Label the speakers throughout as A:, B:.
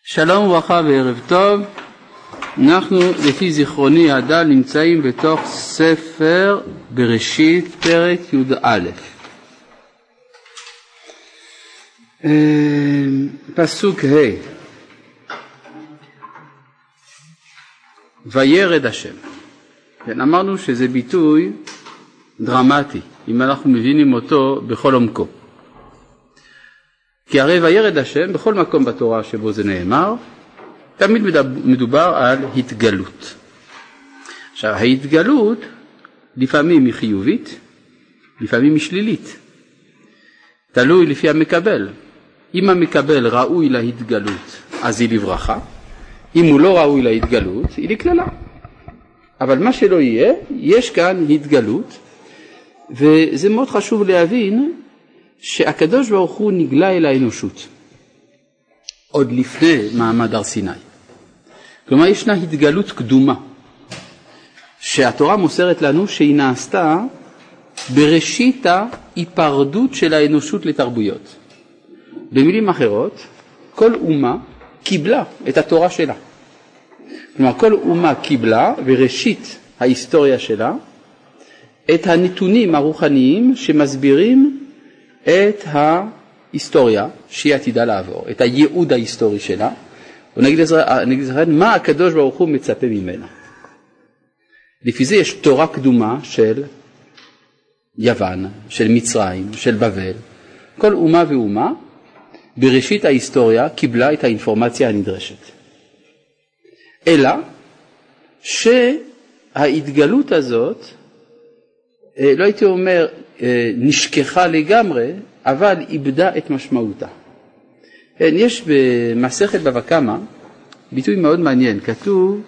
A: שלום וברכה וערב טוב. אנחנו לפי זיכרוני הדל נמצאים בתוך ספר בראשית פרק י"א. פסוק ה' וירד השם. כן, אמרנו שזה ביטוי דרמטי אם אנחנו מבינים אותו בכל עומקו. כי הרי וירד השם בכל מקום בתורה שבו זה נאמר, תמיד מדובר על התגלות. עכשיו, ההתגלות לפעמים היא חיובית, לפעמים היא שלילית. תלוי לפי המקבל. אם המקבל ראוי להתגלות, אז היא לברכה. אם הוא לא ראוי להתגלות, היא לכללה. אבל מה שלא יהיה, יש כאן התגלות, וזה מאוד חשוב להבין שהקדוש ברוך הוא נגלה אל האנושות עוד לפני מעמד הר סיני. כלומר ישנה התגלות קדומה שהתורה מוסרת לנו שהיא נעשתה בראשית ההיפרדות של האנושות לתרבויות. במילים אחרות, כל אומה קיבלה את התורה שלה. כלומר כל אומה קיבלה בראשית ההיסטוריה שלה את הנתונים הרוחניים שמסבירים את ההיסטוריה שהיא עתידה לעבור, את הייעוד ההיסטורי שלה, ונגיד לכם מה הקדוש ברוך הוא מצפה ממנה. לפי זה יש תורה קדומה של יוון, של מצרים, של בבל. כל אומה ואומה בראשית ההיסטוריה קיבלה את האינפורמציה הנדרשת. אלא שההתגלות הזאת, לא הייתי אומר נשכחה לגמרי, אבל איבדה את משמעותה. יש במסכת בבא קמא ביטוי מאוד מעניין, כתוב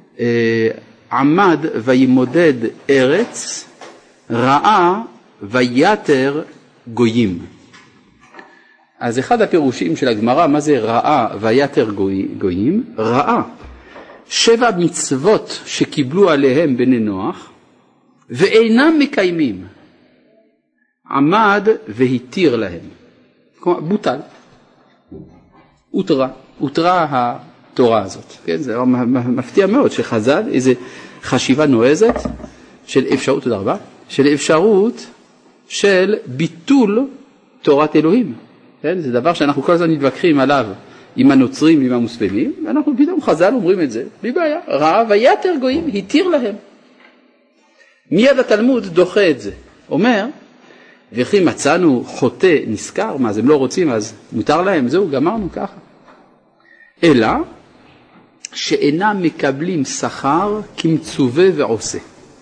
A: עמד וימודד ארץ, ראה ויתר גויים. אז אחד הפירושים של הגמרא, מה זה ראה ויתר גויים? ראה 7 מצוות שקיבלו עליהם בני נוח ואינם מקיימים, עמד והתיר להם. כלומר, בוטל. הותרה התורה הזאת. כן? זה מפתיע מאוד שחז"ל איזו חשיבה נועזת של אפשרות, תודה רבה, של אפשרות של ביטול תורת אלוהים. כן? זה דבר שאנחנו כל הזמן מתווכחים עליו עם הנוצרים ועם המוסלמים, ואנחנו פתאום חז"ל אומרים את זה, בלי בעיה, ראה ויתר גויים, התיר להם. מיד התלמוד דוחה את זה. אומר, וכי מצאנו חוטא נזכר, מה, אז הם לא רוצים, אז מותר להם, זהו, גמרנו ככה. אלא שאינם מקבלים שכר כמצווה ועושה.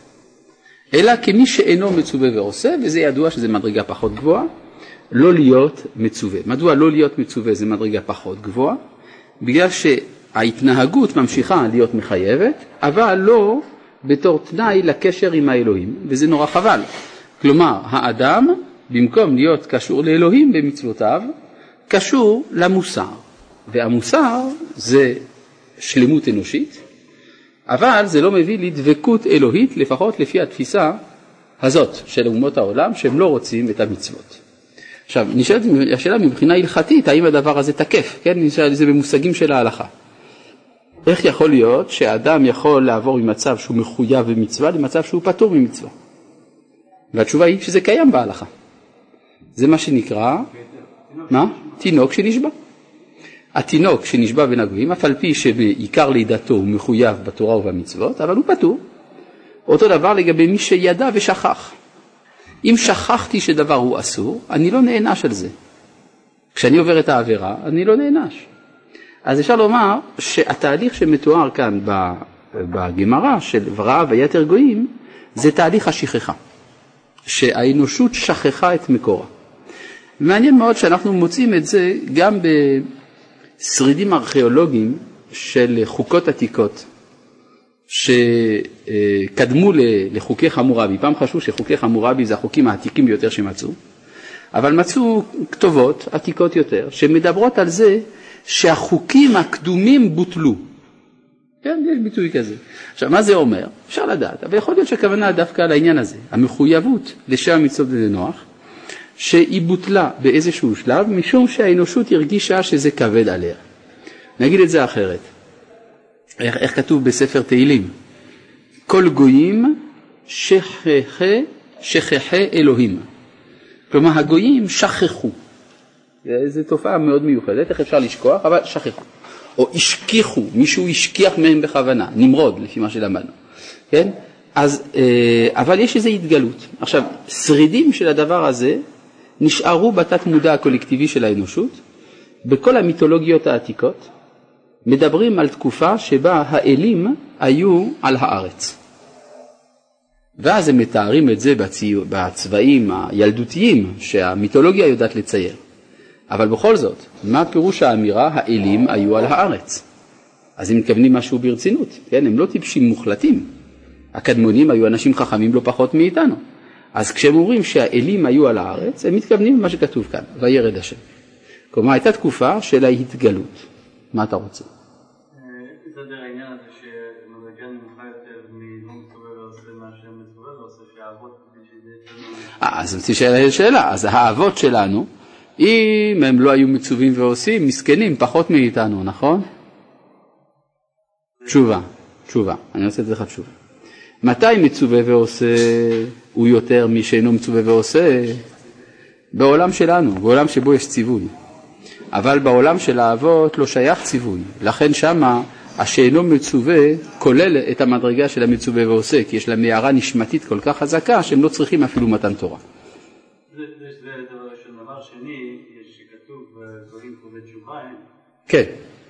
A: אלא כמי שאינו מצווה ועושה, וזה ידוע שזה מדרגה פחות גבוהה, לא להיות מצווה. מדוע לא להיות מצווה זה מדרגה פחות גבוהה? בגלל שההתנהגות ממשיכה להיות מחייבת, אבל לא בתור תנאי לקשר עם האלוהים, וזה נורא חבל. כלומר, האדם, במקום להיות קשור לאלוהים במצוותיו, קשור למוסר. והמוסר זה שלמות אנושית, אבל זה לא מביא לדבקות אלוהית, לפחות לפי התפיסה הזאת של אומות העולם, שהם לא רוצים את המצוות. עכשיו, נשאלת השאלה מבחינה הלכתית, האם הדבר הזה תקף? כן, נשאל זה במושגים של ההלכה. איך יכול להיות שהאדם יכול לעבור ממצב שהוא מחויב במצווה למצב שהוא פטור ממצווה? והתשובה היא שזה קיים בהלכה. זה מה שנקרא, מה? תינוק שנשבע. התינוק שנשבע בין הגויים, אף על פי שבעיקר לידתו הוא מחויב בתורה ובמצוות, אבל הוא פטור. אותו דבר לגבי מי שידע ושכח. אם שכחתי שדבר הוא אסור, אני לא נענש על זה. כשאני עובר את העבירה, אני לא נענש. אז אפשר לומר שהתהליך שמתואר כאן בגמרא של וראה ויתר גויים, זה תהליך השכחה. שהאנושות שכחה את מקורה. מעניין מאוד שאנחנו מוצאים את זה גם בשרידים ארכיאולוגיים של חוקות עתיקות שקדמו לחוקי חמורבי. פעם חשבו שחוקי חמורבי זה החוקים העתיקים ביותר שמצאו, אבל מצאו כתובות עתיקות יותר שמדברות על זה שהחוקים הקדומים בוטלו. כן, יש ביטוי כזה. עכשיו, מה זה אומר? אפשר לדעת, אבל יכול להיות שהכוונה דווקא על העניין הזה. המחויבות לשם מצוות בני נוח, שהיא בוטלה באיזשהו שלב, משום שהאנושות הרגישה שזה כבד עליה. נגיד את זה אחרת. איך כתוב בספר תהילים? כל גויים שכחי אלוהים. כלומר, הגויים שכחו. זו תופעה מאוד מיוחדת, איך אפשר לשכוח, אבל שכחו. או השכיחו, מישהו השכיח מהם בכוונה, נמרוד לפי מה שלמדנו. כן? אז, אבל יש איזו התגלות. עכשיו, שרידים של הדבר הזה נשארו בתת מודע הקולקטיבי של האנושות. בכל המיתולוגיות העתיקות מדברים על תקופה שבה האלים היו על הארץ. ואז הם מתארים את זה בצבעים הילדותיים שהמיתולוגיה יודעת לצייר. אבל בכל זאת, מה פירוש האמירה האלים היו על הארץ? אז הם מתכוונים משהו ברצינות, כן? הם לא טיפשים מוחלטים. הקדמונים היו אנשים חכמים לא פחות מאיתנו. אז כשהם אומרים שהאלים היו על הארץ, הם מתכוונים למה שכתוב כאן, וירד השם. כלומר, הייתה תקופה של ההתגלות. מה אתה רוצה?
B: זה העניין הזה שמדרגה נמוכה יותר מלא מצווה ועושה מה שהם מצווה ועושה שהאבות
A: אז זה שאלה. אז האבות שלנו, אם הם לא היו מצווים ועושים, מסכנים פחות מאיתנו, נכון? תשובה. אני רוצה לתת לך תשובה. מתי מצווה ועושה הוא יותר משאינו מצווה ועושה? בעולם שלנו, בעולם שבו יש ציווי. אבל בעולם של האבות לא שייך ציווי. לכן שמה השאינו מצווה כולל את המדרגה של המצווה ועושה, כי יש לה מערה נשמתית כל כך חזקה שהם לא צריכים אפילו מתן תורה.
B: זה דבר ראשון. דבר שני, שכתוב דברים קרובי תשובה.
A: כן.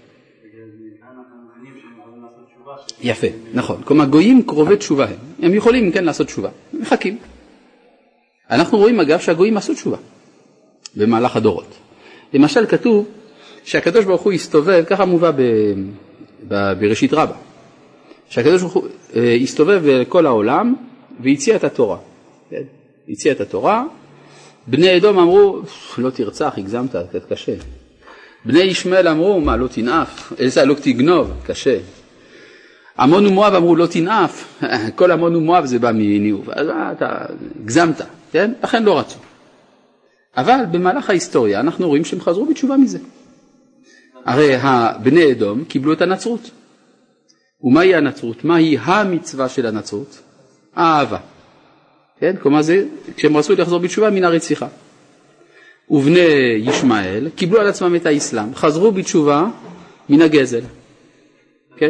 A: יפה, נכון. כלומר, גויים קרובי תשובה הם יכולים כן לעשות תשובה, הם מחכים. אנחנו רואים אגב שהגויים עשו תשובה במהלך הדורות. למשל כתוב שהקדוש ברוך הוא הסתובב, ככה מובא בראשית רבה, שהקדוש ברוך הוא הסתובב בכל העולם והציע את התורה. הציע את התורה, בני אדום אמרו, לא תרצח, הגזמת, קשה. בני ישמעאל אמרו, מה, לא תנאף, לא תגנוב, קשה. עמון ומואב אמרו, לא תנאף, כל עמון ומואב זה בא מניאוף, אז אתה גזמת, כן? לכן לא רצו. אבל במהלך ההיסטוריה אנחנו רואים שהם חזרו בתשובה מזה. הרי בני אדום קיבלו את הנצרות. ומהי הנצרות? מהי המצווה של הנצרות? האהבה. כן? כלומר זה, כשהם רצו לחזור בתשובה מן הרציחה. ובני ישמעאל קיבלו על עצמם את האסלאם, חזרו בתשובה מן הגזל. כן?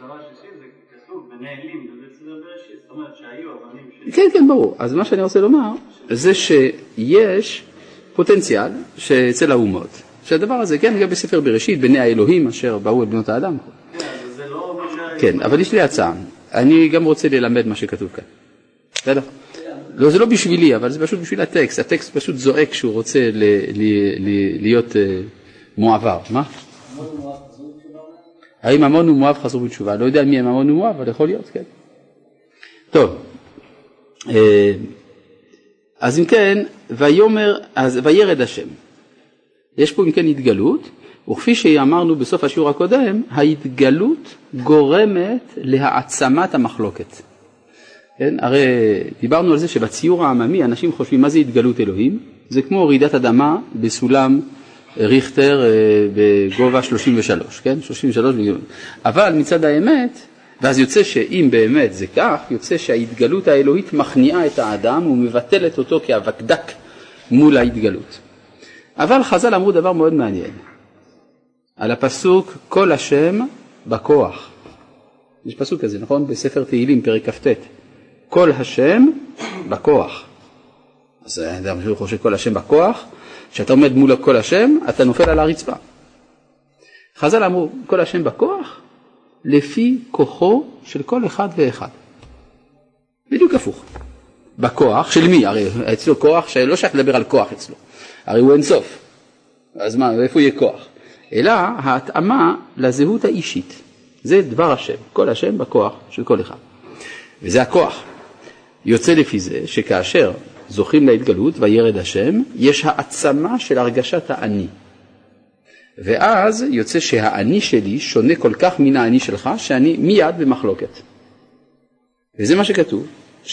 A: כן, ברור. אז מה שאני רוצה לומר, זה שיש פוטנציאל שאצל האומות, שהדבר הזה, כן, גם בספר בראשית, בני האלוהים אשר באו את בנות האדם. כן, אבל יש לי הצעה. אני גם רוצה ללמד מה שכתוב כאן. בסדר? לא, זה לא בשבילי, אבל זה פשוט בשביל הטקסט. הטקסט פשוט זועק שהוא רוצה להיות מועבר. מה? האם עמון ומואב חזרו בתשובה? לא יודע מי הם עמון ומואב, אבל יכול להיות, כן. טוב. אז אם כן, וירד השם. יש פה אם כן התגלות, וכפי שאמרנו בסוף השיעור הקודם, ההתגלות גורמת להעצמת המחלוקת. כן? הרי דיברנו על זה שבציור העממי אנשים חושבים מה זה התגלות אלוהים, זה כמו רעידת אדמה בסולם ריכטר בגובה 33, כן? 33 בגובה. אבל מצד האמת, ואז יוצא שאם באמת זה כך, יוצא שההתגלות האלוהית מכניעה את האדם ומבטלת אותו כאבקדק מול ההתגלות. אבל חז"ל אמרו דבר מאוד מעניין. על הפסוק כל השם בכוח. יש פסוק כזה, נכון? בספר תהילים, פרק כ"ט. כל השם בכוח. אז אדם חושב כל השם בכוח, כשאתה עומד מול כל השם, אתה נופל על הרצפה. חז"ל אמרו, כל השם בכוח, לפי כוחו של כל אחד ואחד. בדיוק הפוך. בכוח של מי? הרי אצלו כוח שלא שייך לדבר על כוח אצלו. הרי הוא אין סוף. אז מה, איפה יהיה כוח? אלא ההתאמה לזהות האישית. זה דבר השם. כל השם בכוח של כל אחד. וזה הכוח. יוצא לפי זה שכאשר זוכים להתגלות וירד השם, יש העצמה של הרגשת האני. ואז יוצא שהאני שלי שונה כל כך מן האני שלך, שאני מיד במחלוקת. וזה מה שכתוב,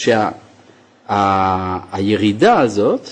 A: שהירידה הזאת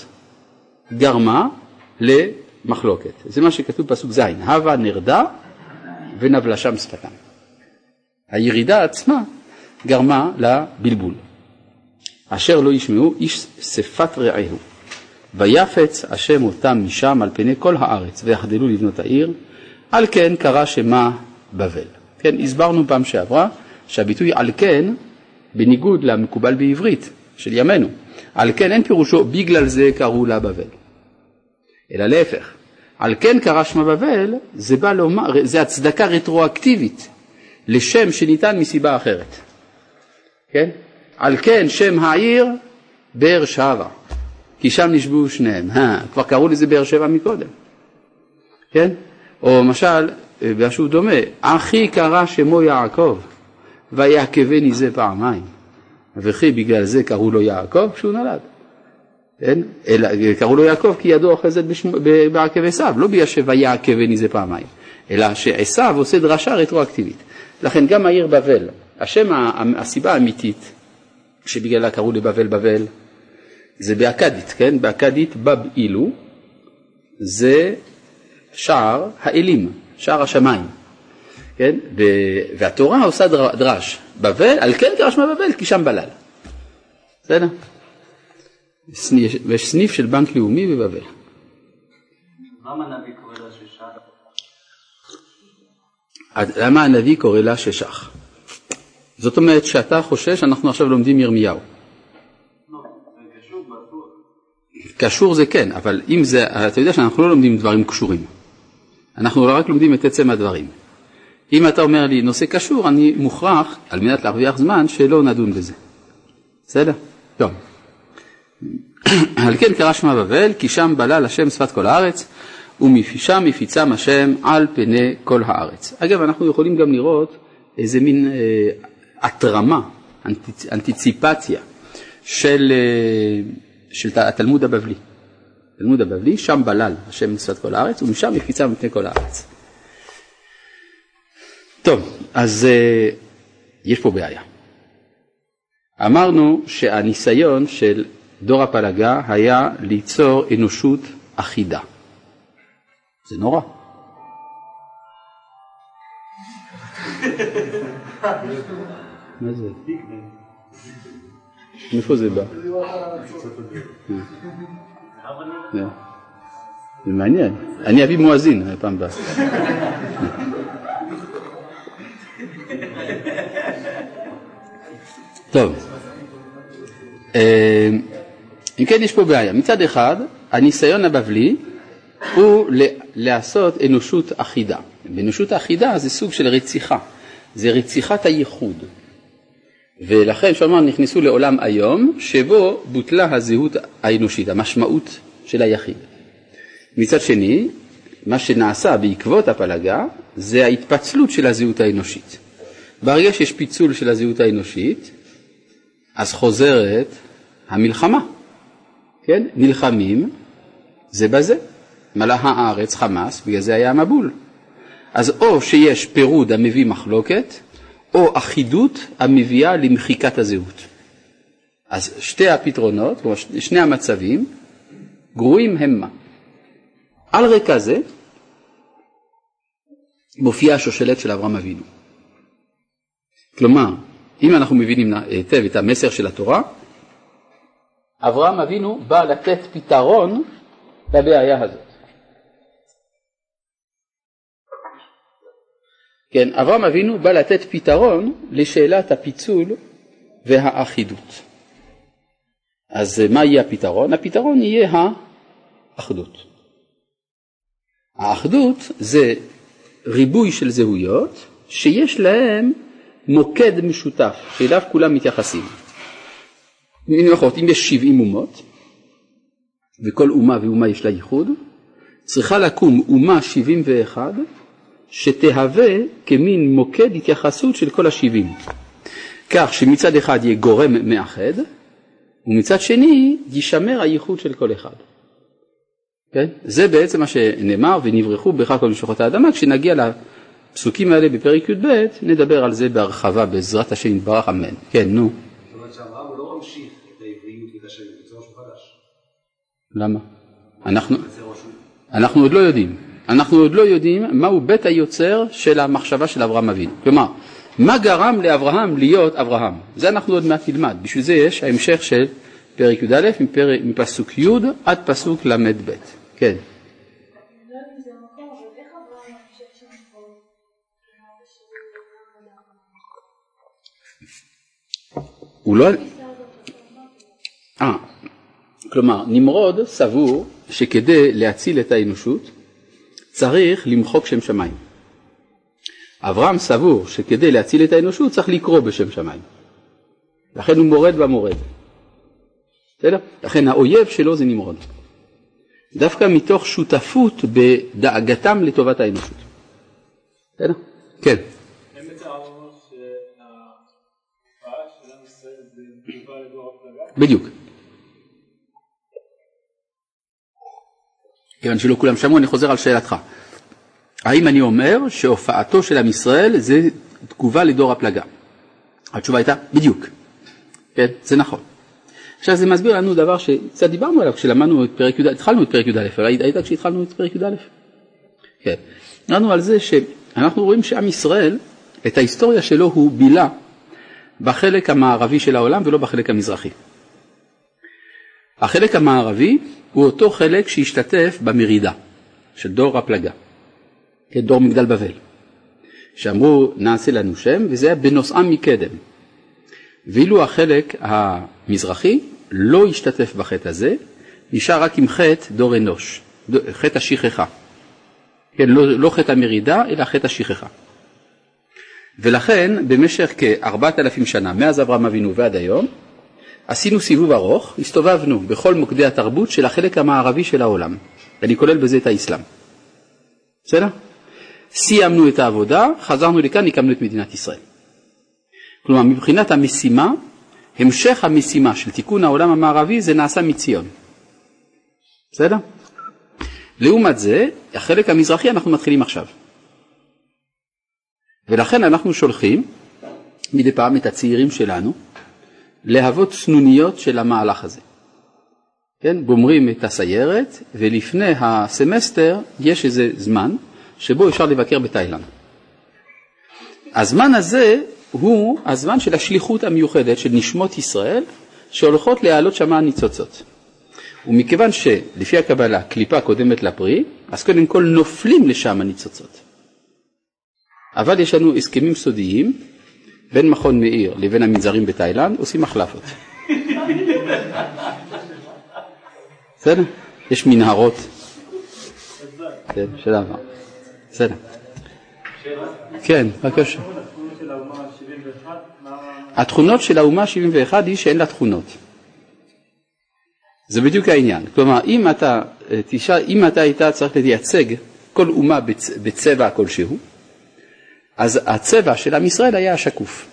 A: גרמה למחלוקת. זה מה שכתוב פסוק זין, הווה נרדה ונבלה שם שפתם. הירידה עצמה גרמה לבלבול. אשר לא ישמעו איש שפת רעהו. ויפץ השם אותם משם על פני כל הארץ, ויחדלו לבנות העיר, על כן קרא שמה בבל. כן, הסברנו פעם שעברה, שהביטוי על כן, בניגוד למקובל בעברית של ימינו, על כן אין פירושו בגלל זה קראו לה בבל. אלא להפך, על כן קרא שמה בבל, זה בא לומר, זה הצדקה רטרואקטיבית, לשם שניתן מסיבה אחרת. כן? על כן שם העיר באר שבע, כי שם נשבעו שניהם. כבר קראו לזה באר שבע מקודם. כן? או למשל, משהו דומה, אחי קרא שמו יעקב, ויעקבני זה פעמיים. וכי בגלל זה קראו לו יעקב כשהוא נולד. כן? אלא, קראו לו יעקב כי ידו אוחזת בעקב עשיו, לא בגלל שויעקבני זה פעמיים, אלא שעשיו עושה דרשה רטרואקטיבית. לכן גם העיר בבל, הסיבה האמיתית שבגללה קראו לבבל בבל, זה באקדית, כן? באקדית בב אילו, זה שער האלים, שער השמיים. כן? והתורה עושה דרש. בבל, על כן קרא שמה בבל, כי שם בלל. בסדר? יש סניף של בנק לאומי בבבל.
B: למה הנביא קורא לה ששח?
A: למה הנביא קורא לה ששח? זאת אומרת שאתה חושש שאנחנו עכשיו לומדים ירמיהו.
B: לא, זה קשור בטוח.
A: קשור זה כן, אבל אם זה, אתה יודע שאנחנו לא לומדים דברים קשורים. אנחנו רק לומדים את עצם הדברים. אם אתה אומר לי נושא קשור, אני מוכרח, על מנת להרוויח זמן, שלא נדון בזה. בסדר? טוב. על כן קרא שמה בבל, כי שם בלל השם שפת כל הארץ, ומשם מפיצם השם על פני כל הארץ. אגב, אנחנו יכולים גם לראות איזה מין התרמה, אנטיציפציה של התלמוד הבבלי. התלמוד הבבלי, שם בלל השם שפת כל הארץ, ומשם מפיצם על פני כל הארץ. טוב, אז יש פה בעיה. אמרנו שהניסיון של דור הפלגה היה ליצור אנושות אחידה. זה נורא. מה זה? מאיפה זה בא? זה מעניין. אני אביא מואזין פעם באה. טוב. אם כן יש פה בעיה. מצד אחד, הניסיון הבבלי הוא לעשות אנושות אחידה. באנושות האחידה זה סוג של רציחה. זה רציחת הייחוד. ולכן שאומר נכנסו לעולם היום שבו בוטלה הזהות האנושית, המשמעות של היחיד. מצד שני, מה שנעשה בעקבות הפלגה זה ההתפצלות של הזהות האנושית. ברגע שיש פיצול של הזהות האנושית, אז חוזרת המלחמה. כן? נלחמים זה בזה. מלאה הארץ חמאס, בגלל זה היה המבול. אז או שיש פירוד המביא מחלוקת, או אחידות המביאה למחיקת הזהות. אז שתי הפתרונות, שני המצבים, גרועים המה. על רקע זה מופיעה השושלת של אברהם אבינו. כלומר, אם אנחנו מבינים היטב את המסר של התורה, אברהם אבינו בא לתת פתרון לבעיה הזאת. כן, אברהם אבינו בא לתת פתרון לשאלת הפיצול והאחידות. אז מה יהיה הפתרון? הפתרון יהיה האחדות. האחדות זה ריבוי של זהויות שיש להם מוקד משותף, שאליו כולם מתייחסים. אם יש 70 אומות, וכל אומה ואומה יש לה ייחוד, צריכה לקום אומה 71, שתהווה כמין מוקד התייחסות של כל ה70. כך שמצד אחד יהיה גורם מאחד, ומצד שני יישמר הייחוד של כל אחד. כן? זה בעצם מה שנאמר, ונברחו בך כל משפחות האדמה. כשנגיע לפסוקים האלה בפרק י"ב, נדבר על זה בהרחבה בעזרת השם יתברך, אמן. כן, נו.
C: זאת אומרת שאברהם הוא לא ממשיך את העבריות ואת השם, זה משהו חדש.
A: למה? אנחנו עוד לא יודעים. אנחנו עוד לא יודעים מהו בית היוצר של המחשבה של אברהם אבינו. כלומר, מה גרם לאברהם להיות אברהם? זה אנחנו עוד מעט נלמד. בשביל זה יש ההמשך של פרק י"א מפסוק י' עד פסוק ל"ב. כן. הוא לא... כלומר, נמרוד סבור שכדי להציל את האנושות צריך למחוק שם שמיים. אברהם סבור שכדי להציל את האנושות צריך לקרוא בשם שמיים. לכן הוא מורד במורד. בסדר? לכן האויב שלו זה נמרוד. דווקא מתוך שותפות בדאגתם לטובת האנושות. בסדר? כן.
D: הם מתארים שההופעה של עם ישראל זה תגובה לדור הפלגה?
A: בדיוק. כיוון שלא כולם שמעו, אני חוזר על שאלתך. האם אני אומר שהופעתו של עם ישראל זה תגובה לדור הפלגה? התשובה הייתה, בדיוק. כן, זה נכון. עכשיו זה מסביר לנו דבר שקצת דיברנו עליו כשלמדנו את פרק י"א, התחלנו את פרק י"א, אבל היית כשהתחלנו את פרק י"א? כן. אמרנו על זה שאנחנו רואים שעם ישראל, את ההיסטוריה שלו הוא בילה בחלק המערבי של העולם ולא בחלק המזרחי. החלק המערבי הוא אותו חלק שהשתתף במרידה של דור הפלגה, דור מגדל בבל, שאמרו נעשה לנו שם, וזה היה בנוסעם מקדם. ואילו החלק המזרחי לא השתתף בחטא הזה, נשאר רק עם חטא דור אנוש, חטא השכחה. כן, לא חטא המרידה, אלא חטא השכחה. ולכן במשך כ-4,000 שנה, מאז אברהם אבינו ועד היום, עשינו סיבוב ארוך, הסתובבנו בכל מוקדי התרבות של החלק המערבי של העולם. ואני כולל בזה את האסלאם. בסדר? סיימנו את העבודה, חזרנו לכאן, הקמנו את מדינת ישראל. כלומר, מבחינת המשימה, המשך המשימה של תיקון העולם המערבי זה נעשה מציון. בסדר? לעומת זה, החלק המזרחי אנחנו מתחילים עכשיו. ולכן אנחנו שולחים מדי פעם את הצעירים שלנו להוות סנוניות של המהלך הזה. כן? גומרים את הסיירת, ולפני הסמסטר יש איזה זמן שבו אפשר לבקר בתאילנד. הזמן הזה הוא הזמן של השליחות המיוחדת של נשמות ישראל שהולכות להעלות שמה ניצוצות. ומכיוון שלפי הקבלה קליפה קודמת לפרי, אז קודם כל נופלים לשם הניצוצות. אבל יש לנו הסכמים סודיים בין מכון מאיר לבין המנזרים בתאילנד, עושים מחלפות. בסדר? יש מנהרות. של עבר. בסדר. כן, בבקשה. התכונות של האומה 71 היא שאין לה תכונות. זה בדיוק העניין. כלומר, אם אתה היית צריך לייצג כל אומה בצבע כלשהו, אז הצבע של עם ישראל היה שקוף.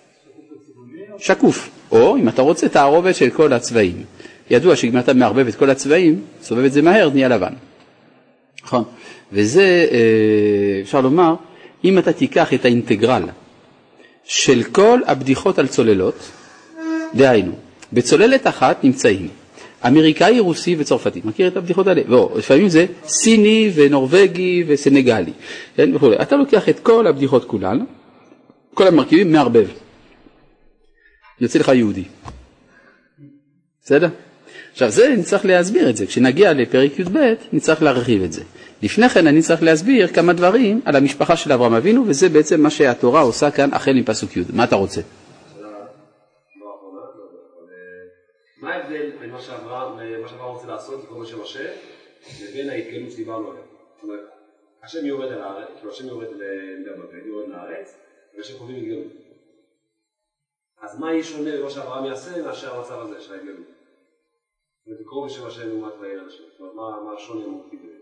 A: שקוף. או אם אתה רוצה תערובת של כל הצבעים. ידוע שאם אתה מערבב את כל הצבעים, סובב את זה מהר, נהיה לבן. נכון. וזה, אפשר לומר, אם אתה תיקח את האינטגרל של כל הבדיחות על צוללות, דהיינו, בצוללת אחת נמצאים אמריקאי, רוסי וצרפתי. מכיר את הבדיחות האלה? לפעמים זה סיני ונורווגי וסנגלי. כן? וכו'. אתה לוקח את כל הבדיחות כולן, כל המרכיבים, מערבב. יוצא לך יהודי. בסדר? עכשיו זה נצטרך להסביר את זה. כשנגיע לפרק י"ב נצטרך להרחיב את זה. לפני כן אני צריך להסביר כמה דברים על המשפחה של אברהם אבינו, וזה בעצם מה שהתורה עושה כאן החל מפסוק י'. מה אתה רוצה?
C: מה ההבדל בין מה שאברהם רוצה לעשות, כל מה שמשה, לבין ההתגלות שדיברנו עליה? זאת אומרת, השם יורד אל הארץ, השם יורד לבבל, יורד לארץ, והשם קובעים התגלות. אז מה יהיה שונה במה שאברהם יעשה מאשר המצב הזה של ההתגלות? ותקרוא בשם השם לעומת וירא השם. זאת אומרת, מה השונה המהותי ביניהם?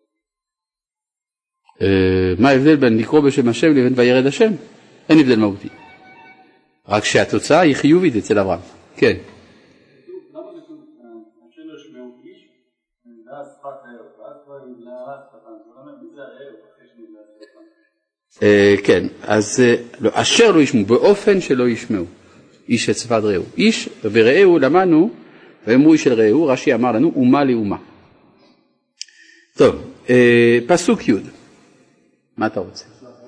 A: מה ההבדל בין לקרוא בשם השם לבין וירד השם? אין הבדל מהותי. רק שהתוצאה היא חיובית אצל אברהם. כן. כן, אז אשר לא ישמעו, באופן שלא ישמעו, איש את שפת רעהו. איש ורעהו למדנו, ואמרו איש של רעהו, רש"י אמר לנו, אומה לאומה. טוב, פסוק י', מה אתה רוצה?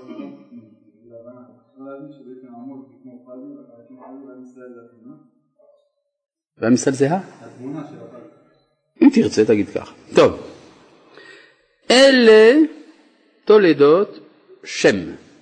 A: ועם ישראל זהה? אם תרצה תגיד כך. טוב, אלה תולדות שם.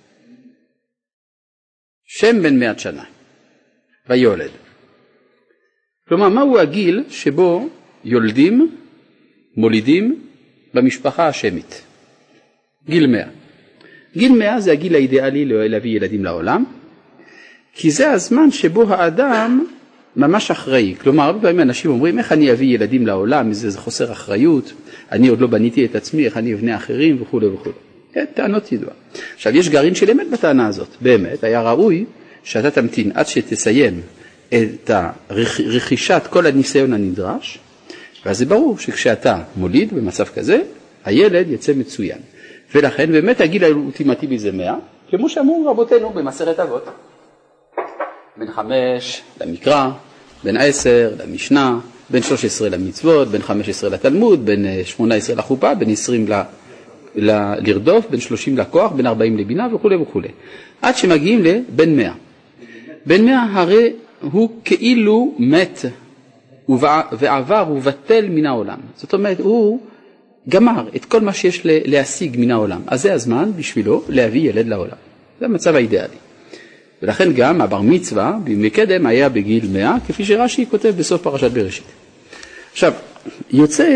A: שם בן 100 שנה ויולד. כלומר, מהו הגיל שבו יולדים, מולידים במשפחה השמית? גיל 100. גיל 100 זה הגיל האידיאלי להביא ילדים לעולם, כי זה הזמן שבו האדם ממש אחראי. כלומר, הרבה פעמים אנשים אומרים, איך אני אביא ילדים לעולם, זה חוסר אחריות, אני עוד לא בניתי את עצמי, איך אני אבנה אחרים וכו' וכו'. כן, טענות ידועה. עכשיו, יש גרעין של אמת בטענה הזאת. באמת, היה ראוי שאתה תמתין עד שתסיים את רכישת כל הניסיון הנדרש, ואז זה ברור שכשאתה מוליד במצב כזה, הילד יצא מצוין. ולכן באמת הגיל האולטימטיבי זה 100, כמו שאמרו רבותינו במסכת אבות. בין 5 למקרא, בין 10 למשנה, בין 13 למצוות, בין 15 לתלמוד, בין 18 לחופה, בין 20 לרדוף, בין 30 לכוח, בין 40 לבינה וכו' וכו'. עד שמגיעים לבין 100. בין 100 הרי הוא כאילו מת ועבר ובטל מן העולם. זאת אומרת, הוא גמר את כל מה שיש להשיג מן העולם. אז זה הזמן בשבילו להביא ילד לעולם. זה המצב האידיאלי. ולכן גם הבר מצווה מקדם היה בגיל 100, כפי שרש"י כותב בסוף פרשת בראשית. עכשיו, יוצא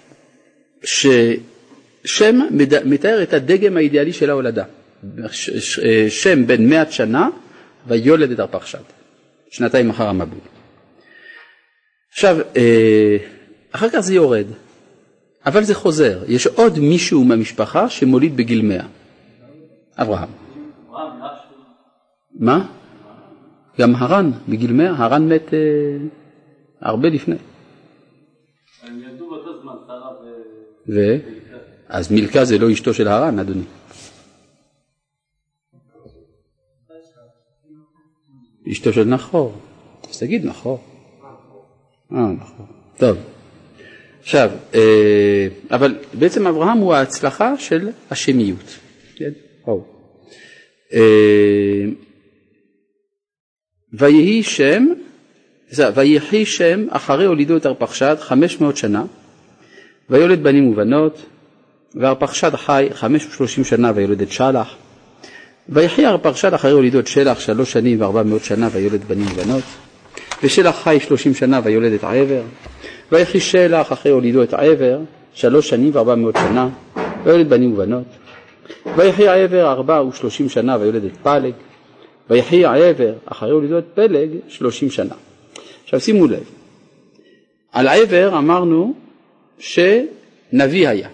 A: ששם מתאר את הדגם האידיאלי של ההולדה. שם בן 100 שנה ויולד את ארפחשד, 2 אחר המבול. עכשיו, אחר כך זה יורד, אבל זה חוזר. יש עוד מישהו מהמשפחה שמוליד בגיל 100. אברהם. מה? גם הרן בגיל 100, הרן מת הרבה לפני.
B: הם ילדו באותו זמן, שרה
A: אז מילכה זה לא אשתו של הרן, אדוני. אשתו של נחור. אז תגיד נחור. נחור. טוב. עכשיו, אבל בעצם אברהם הוא ההצלחה של השמיות. כן? ויחי שם אחרי הולידו את ארפחשד 500 שנה, ויולד בנים ובנות, וארפחשד חי 530 שנה ויולד את שלח. ויחי ארפחשד אחרי הולידו את שלח 3 שנים ו400 שנה ויולד בנים ובנות, ושלח חי 30 שנה ויולד את עבר. ויחי שלח אחרי הולידו את עבר 3 שנים ו400 שנה ויולד בנים ובנות. ויחי עבר 34 שנה ויולד את פלג. ויחי עבר אחרי הולידו את פלג 30 שנה. עכשיו שימו לב, על עבר אמרנו שנביא היה,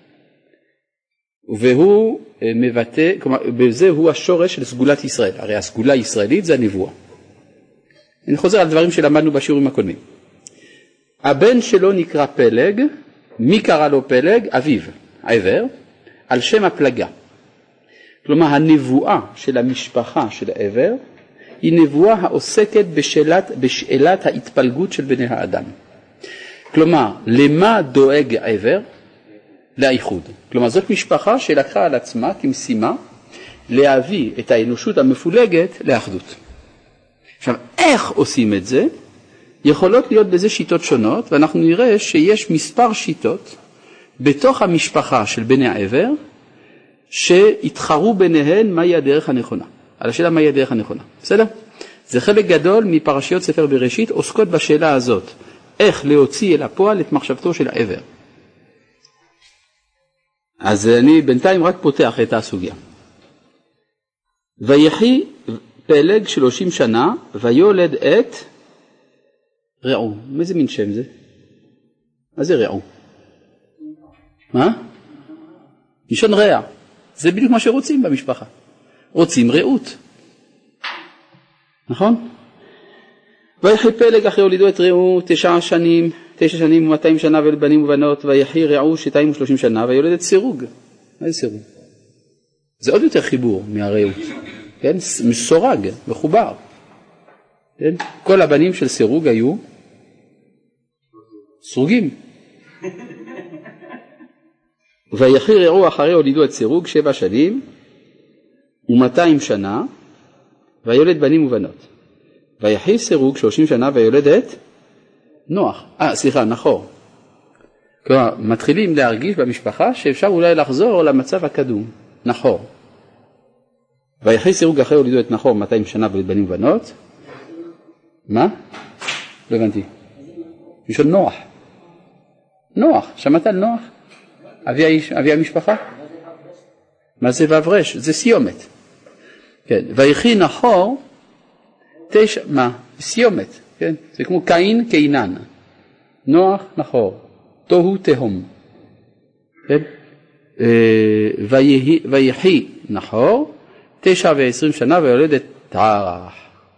A: והוא מבטא, כלומר בזה הוא השורש של סגולת ישראל. הרי הסגולה הישראלית זה הנבואה. אני חוזר על דברים שלמדנו בשיעורים הקודמים. הבן שלו נקרא פלג. מי קרא לו פלג? אביו, עבר, על שם הפלגה. כלומר הנבואה של המשפחה של עבר היא נבואה העוסקת בשאלת ההתפלגות של בני האדם. כלומר, למה דואג עבר? לאיחוד. כלומר, זאת משפחה שלקחה על עצמה כמשימה להביא את האנושות המפולגת לאחדות. עכשיו, איך עושים את זה? יכולות להיות בזה שיטות שונות, ואנחנו נראה שיש מספר שיטות בתוך המשפחה של בני העבר, שהתחרו ביניהן מהי הדרך הנכונה. על השאלה מהי הדרך הנכונה. בסדר? זה חלק גדול מפרשיות ספר בראשית, עוסקות בשאלה הזאת. איך להוציא אל הפועל את מחשבתו של העבר. אז אני בינתיים רק פותח את הסוגיה. ויחי פלג 30 שנה ויולד את רעו. איזה מין שם זה? מה זה רעו? מה? לישון רע. זה בדיוק מה שרוצים במשפחה. רוצים רעות. נכון? ויחי פלג אחרי הולידו את רעו 9 שנים ו200 שנה ויולד בנים ובנות, ויחי רעו 230 שנה ויולד את סירוג. מה זה סירוג? זה עוד יותר חיבור מהרעות. כן? מסורג, מחובר. כן? כל הבנים של סירוג היו סרוגים. ויחי רעו אחרי הולידו את סירוג 7 שנים ו200 שנה, ויולד בנים ובנות. ויחי סירוג 30 שנה ויולד את נחור. כלומר, מתחילים להרגיש במשפחה שאפשר אולי לחזור למצב הקדום, נחור. ויחי סירוג אחרי הולידו את נחור 200 שנה ויולד בנים ובנות. מה? לא הבנתי. משל נוח, שמעת על נוח? אבי המשפחה? מה זה ואברש? זה סיומת. כן, ויחי נחור 9, סיומת, כן? זה כמו קין, קינן. נוח, נחור. תוהו תהום. כן? ויחי נחור 9 שנה ויולד את תרח.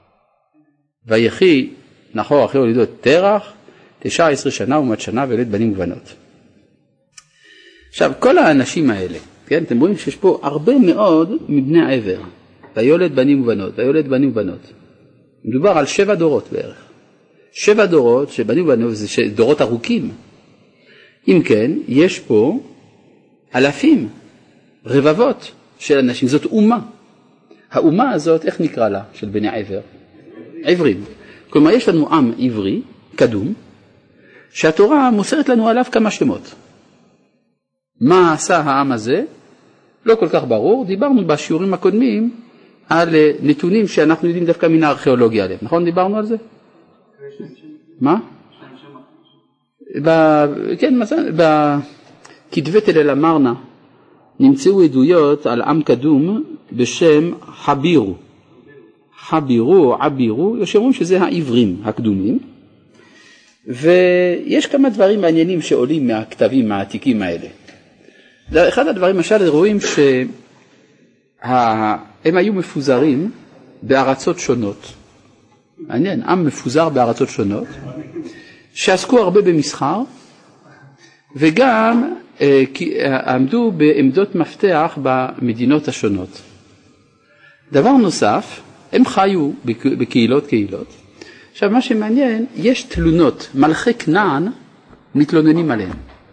A: ויחי נחור אחרי הולידו את תרח 19 שנה ו100 שנה ויולד בנים ובנות. עכשיו, כל האנשים האלה, כן, אתם רואים שיש פה הרבה מאוד מבני העבר. ויולד בנים ובנות, ויולד בנים ובנות. מדובר על 7 דורות בערך. 7 דורות שבנים ובנות זה דורות ארוכים. אם כן, יש פה אלפים, רבבות של אנשים. זאת אומה. האומה הזאת, איך נקרא לה, של בני העבר? עברים. כלומר, יש לנו עם עברי, קדום, שהתורה מוסרת לנו עליו כמה שמות. מה עשה העם הזה? לא כל כך ברור. דיברנו בשיעורים הקודמים על נתונים שאנחנו יודעים דווקא מן הארכיאולוגיה עליהם. נכון? דיברנו על זה? מה? כן, בכתבי תל אל אמרנה נמצאו עדויות על עם קדום בשם עבירו, יש אומרים שזה העברים הקדומים, ויש כמה דברים מעניינים שעולים מהכתבים העתיקים האלה. אחד הדברים, למשל, רואים שהם היו מפוזרים בארצות שונות. מעניין, עם מפוזר בארצות שונות, שעסקו הרבה במסחר, וגם עמדו בעמדות מפתח במדינות השונות. דבר נוסף, הם חיו בקהילות. עכשיו, מה שמעניין, יש תלונות, מלכי כנען מתלוננים עליהם.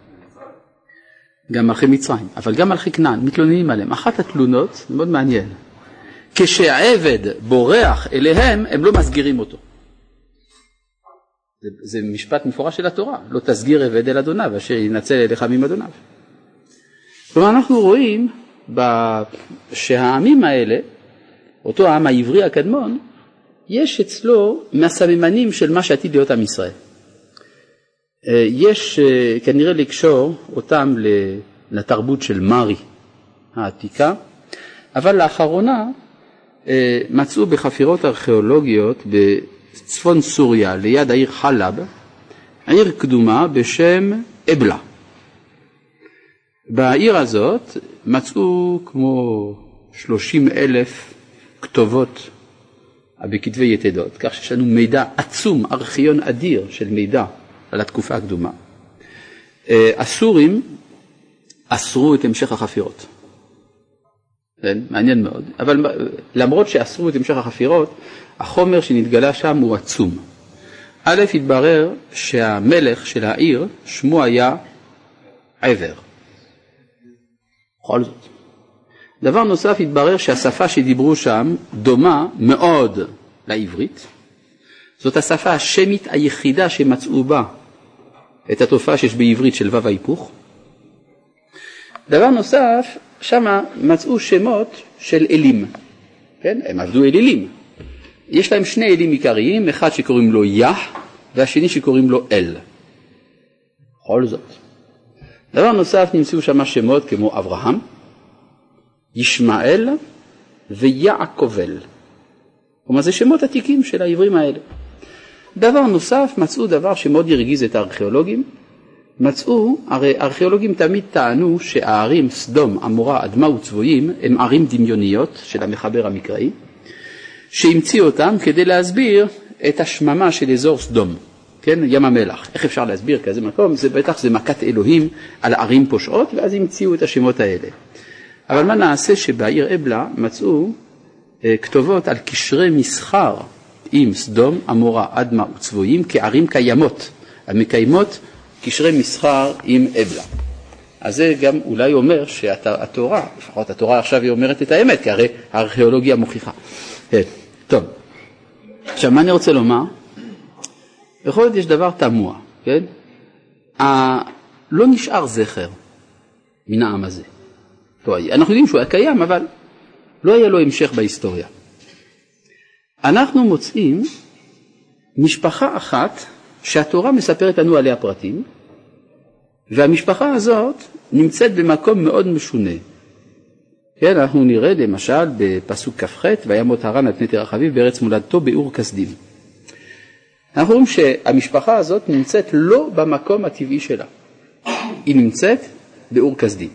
A: גם מלכי מצרים, אבל גם מלכי כנען מתלוננים עליהם. אחת התלונות, זה מאוד מעניין, כשהעבד בורח אליהם, הם לא מסגירים אותו. זה משפט מפורש של התורה, לא תסגיר עבד אל אדוניו, אשר ינצל אליך ממדוניו. כלומר, אנחנו רואים שהעמים האלה, אותו העם העברי הקדמון, יש אצלו מהסממנים של מה שעתיד להיות עם ישראל. יש כנראה לקשור אותם לתרבות של מרי העתיקה, אבל לאחרונה מצאו בחפירות ארכיאולוגיות בצפון סוריה, ליד העיר חלב, עיר קדומה בשם אבלה. בעיר הזאת מצאו כמו 30,000 כתובות בכתבי יתדות, כך שיש לנו מידע עצום, ארכיון אדיר של מידע על התקופה הקדומה. הסורים אסרו את המשך החפירות. כן, מעניין מאוד. אבל למרות שאסרו את המשך החפירות, החומר שנתגלה שם הוא עצום. א', התברר שהמלך של העיר, שמו היה עבר. בכל זאת. דבר נוסף, התברר שהשפה שדיברו שם דומה מאוד לעברית. זאת השפה השמית היחידה שמצאו בה את התופעה שיש בעברית של וו ההיפוך. דבר נוסף, שם מצאו שמות של אלים. כן? הם עבדו אלילים. יש להם 2 אלים עיקריים, אחד שקוראים לו יח והשני שקוראים לו אל. בכל זאת. דבר נוסף, נמצאו שם שמות כמו אברהם, ישמעאל ויעקבל. כלומר, זה שמות עתיקים של העברים האלה. דבר נוסף, מצאו דבר שמאוד הרגיז את הארכיאולוגים. מצאו, הרי הארכיאולוגים תמיד טענו שהערים סדום, עמורה, אדמה וצבויים הם ערים דמיוניות של המחבר המקראי, שהמציאו אותם כדי להסביר את השממה של אזור סדום, כן? ים המלח. איך אפשר להסביר כזה מקום? זה בטח זה מכת אלוהים על ערים פושעות, ואז המציאו את השמות האלה. אבל מה נעשה שבעיר אבלה מצאו כתובות על קשרי מסחר עם סדום, עמורה, אדמה וצבויים כערים קיימות, המקיימות קשרי מסחר עם אבלה. אז זה גם אולי אומר שהתורה, לפחות התורה עכשיו היא אומרת את האמת, כי הרי הארכיאולוגיה מוכיחה. טוב, עכשיו מה אני רוצה לומר? בכל זאת יש דבר תמוה, כן? לא נשאר זכר מן העם הזה. אנחנו יודעים שהוא היה קיים, אבל לא היה לו המשך בהיסטוריה. אנחנו מוצאים משפחה אחת שהתורה מספרת לנו עליה פרטים, והמשפחה הזאת נמצאת במקום מאוד משונה. כן, אנחנו נראה למשל בפסוק כ"ח, וימות הרן על פני תרח אביו בארץ מולדתו באור כסדים. אנחנו רואים שהמשפחה הזאת נמצאת לא במקום הטבעי שלה. היא נמצאת באור כסדים.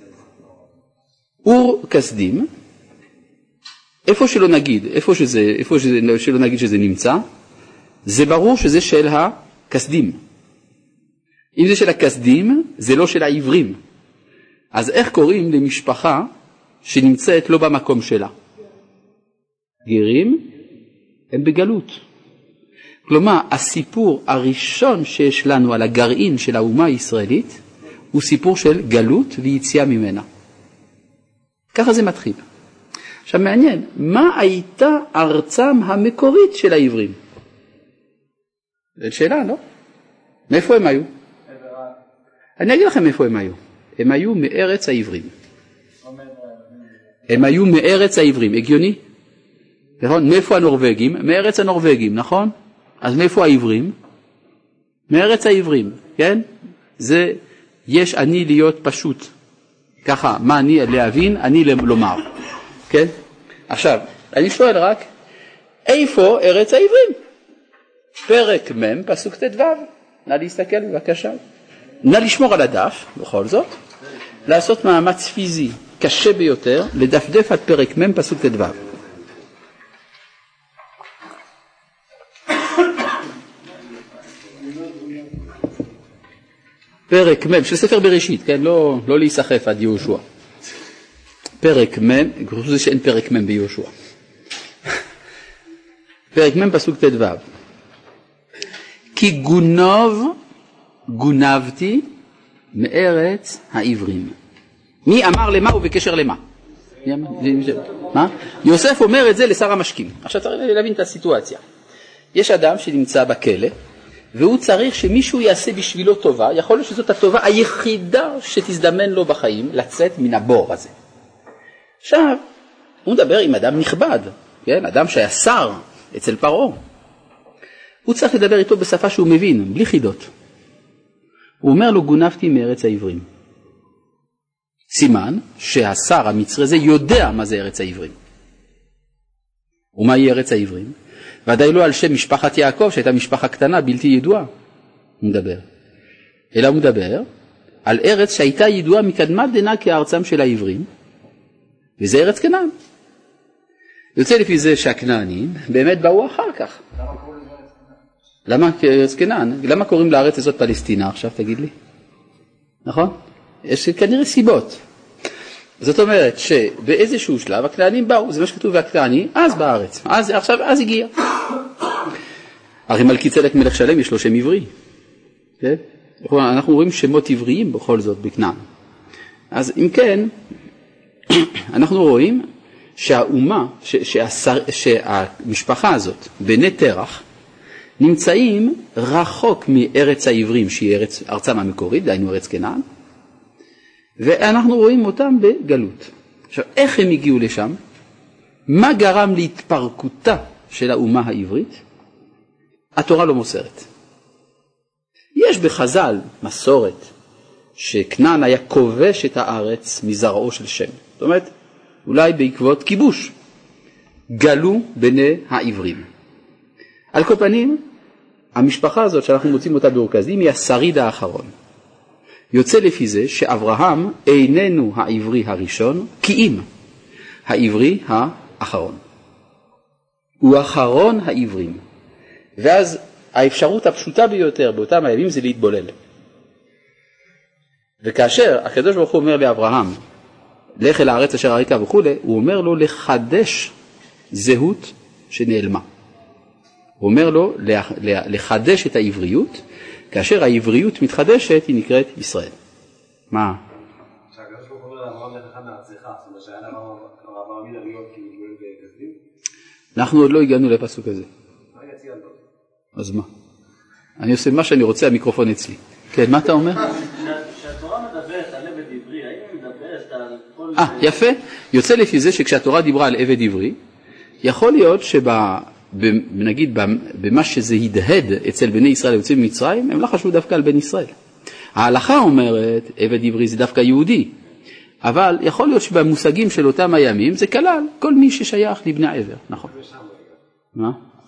A: אור כסדים, איפה שלא נגיד שזה נמצא, זה ברור שזה של הכסדים. אם זה של הכסדים, זה לא של העברים. אז איך קוראים למשפחה שנמצאת לא במקום שלה? גרים הם בגלות. כלומר, הסיפור הראשון שיש לנו על הגרעין של האומה הישראלית, הוא סיפור של גלות ויציאה ממנה. ככה זה מתחיל. עכשיו מעניין, מה הייתה ארצם המקורית של העברים? זו שאלה, לא? מאיפה הם היו? אני אגיד לכם איפה הם היו. הם היו מארץ העברים. הם היו מארץ העברים, הגיוני? נכון? מאיפה הנורווגים? מארץ הנורווגים, נכון? אז מאיפה העברים? מארץ העברים, כן? זה, יש אני להיות פשוט. ככה, מה אני להבין, אני לומר. כן? עכשיו, אני שואל רק, איפה ארץ העברים? פרק מ' פסוק ט"ו. נא להסתכל בבקשה. נא לשמור על הדף, בכל זאת, לעשות מאמץ פיזי קשה ביותר, לדפדף עד פרק מ' פסוק ט"ו. פרק מ' של ספר בראשית, כן? לא להיסחף עד יהושע. פרק מ', חושב זה שאין פרק מ' ביהושע. פרק מ' פסוק ט"ו. כי גונבתי מארץ העברים. מי אמר למה ובקשר למה? מה? יוסף אומר את זה לשר המשקים. עכשיו צריך להבין את הסיטואציה. יש אדם שנמצא בכלא, והוא צריך שמישהו יעשה בשבילו טובה, יכול להיות שזאת הטובה היחידה שתזדמן לו בחיים, לצאת מן הבור הזה. עכשיו, הוא מדבר עם אדם נכבד, כן? אדם שהיה שר אצל פרעה. הוא צריך לדבר איתו בשפה שהוא מבין, בלי חידות. הוא אומר לו, גונבתי מארץ העברים. סימן שהשר המצרי הזה יודע מה זה ארץ העברים. ומה היא ארץ העברים? ודאי לא על שם משפחת יעקב, שהייתה משפחה קטנה, בלתי ידועה. הוא מדבר. אלא הוא מדבר על ארץ שהייתה ידועה מקדמת דנא כארצם של העברים, וזה ארץ כנען. יוצא לפי זה שהכנענים באמת באו אחר כך. למה ארץ כנען? למה קוראים לארץ הזאת פלסטינה עכשיו, תגיד לי? נכון? יש כנראה סיבות. זאת אומרת שבאיזשהו שלב הכנענים באו, זה מה שכתוב והכנעני, אז בארץ. אז הגיע. הרי מלכי צדק מלך שלם יש לו שם עברי. כן? אנחנו רואים שמות עבריים בכל זאת בכנען. אז אם כן, אנחנו רואים שהאומה, שהמשפחה הזאת, בני תרח, נמצאים רחוק מארץ העברים, שהיא ארצם המקורית, דהיינו ארץ כנען, ואנחנו רואים אותם בגלות. עכשיו, איך הם הגיעו לשם? מה גרם להתפרקותה של האומה העברית? התורה לא מוסרת. יש בחז"ל מסורת שכנען היה כובש את הארץ מזרעו של שם. זאת אומרת, אולי בעקבות כיבוש. גלו בני העברים. על כל פנים, המשפחה הזאת שאנחנו מוצאים אותה באור כסדים היא השריד האחרון. יוצא לפי זה שאברהם איננו העברי הראשון, כי אם העברי האחרון. הוא אחרון העברים. ואז האפשרות הפשוטה ביותר באותם הימים זה להתבולל. וכאשר הקדוש ברוך הוא אומר לאברהם, לך אל הארץ אשר אראך וכו', הוא אומר לו לחדש זהות שנעלמה. הוא אומר לו לחדש את העבריות, כאשר העבריות מתחדשת היא נקראת ישראל. מה
C: הצריכה, זאת אומרת שהיה לרב אמינה להיות כאילו בכסדים?
A: אנחנו עוד לא הגענו לפסוק הזה.
C: רגע, ציינת.
A: אז מה? אני עושה מה שאני רוצה, המיקרופון אצלי. כן, מה אתה אומר?
B: כשהתורה מדברת על עבד עברי, האם היא מדברת על כל...
A: יפה. יוצא לפי זה שכשהתורה דיברה על עבד עברי, יכול להיות נגיד במה שזה הדהד אצל בני ישראל יוצאים ממצרים, הם לא חשבו דווקא על בן ישראל. ההלכה אומרת, עבד עברי זה דווקא יהודי, אבל יכול להיות שבמושגים של אותם הימים זה כלל כל מי ששייך לבני העבר, נכון? מה?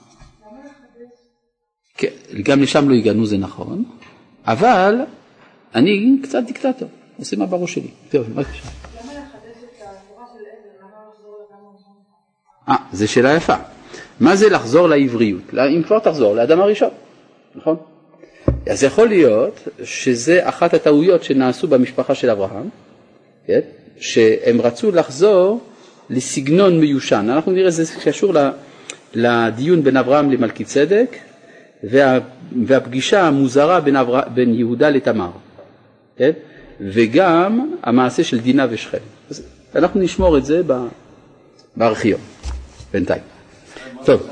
A: כן, גם לשם לא הגענו, זה נכון, אבל אני קצת דיקטטור, עושה מה בראש שלי. טוב, מה קשה?
E: למה לחדש את התורה של עבר? למה לחזור לאדם הראשון?
A: זו שאלה יפה. מה זה לחזור לעבריות? אם כבר תחזור לאדם הראשון, נכון? אז יכול להיות שזה אחת הטעויות שנעשו במשפחה של אברהם, כן? שהם רצו לחזור לסגנון מיושן. אנחנו נראה זה קשור לדיון בין אברהם למלכי צדק, והפגישה המוזרה בין יהודה לתמר, כן? וגם המעשה של דינה ושכם. אז אנחנו נשמור את זה בארכיון, בינתיים. טוב.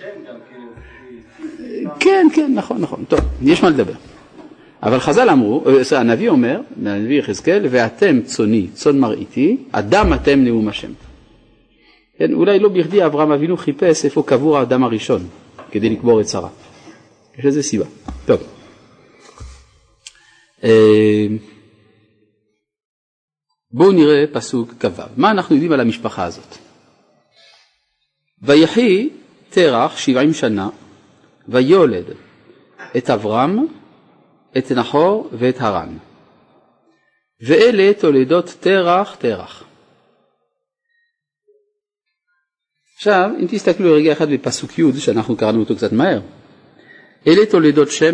A: כן, נכון. טוב, יש מה לדבר. אבל חז"ל אמרו, הנביא אומר, הנביא יחזקאל, ואתם צוני, צאן מרעיתי, אדם אתם נאום השם. כן, אולי לא בכדי אברהם אבינו חיפש איפה קבור האדם הראשון, כדי לקבור את שרה. יש לזה סיבה. טוב. בואו נראה פסוק כ"ו. מה אנחנו יודעים על המשפחה הזאת? ויחי תרח 70 שנה, ויולד את אברהם, את נחור ואת הרן. ואלה תולדות תרח. עכשיו, אם תסתכלו רגע אחד בפסוק י' שאנחנו קראנו אותו קצת מהר, אלה תולדות שם.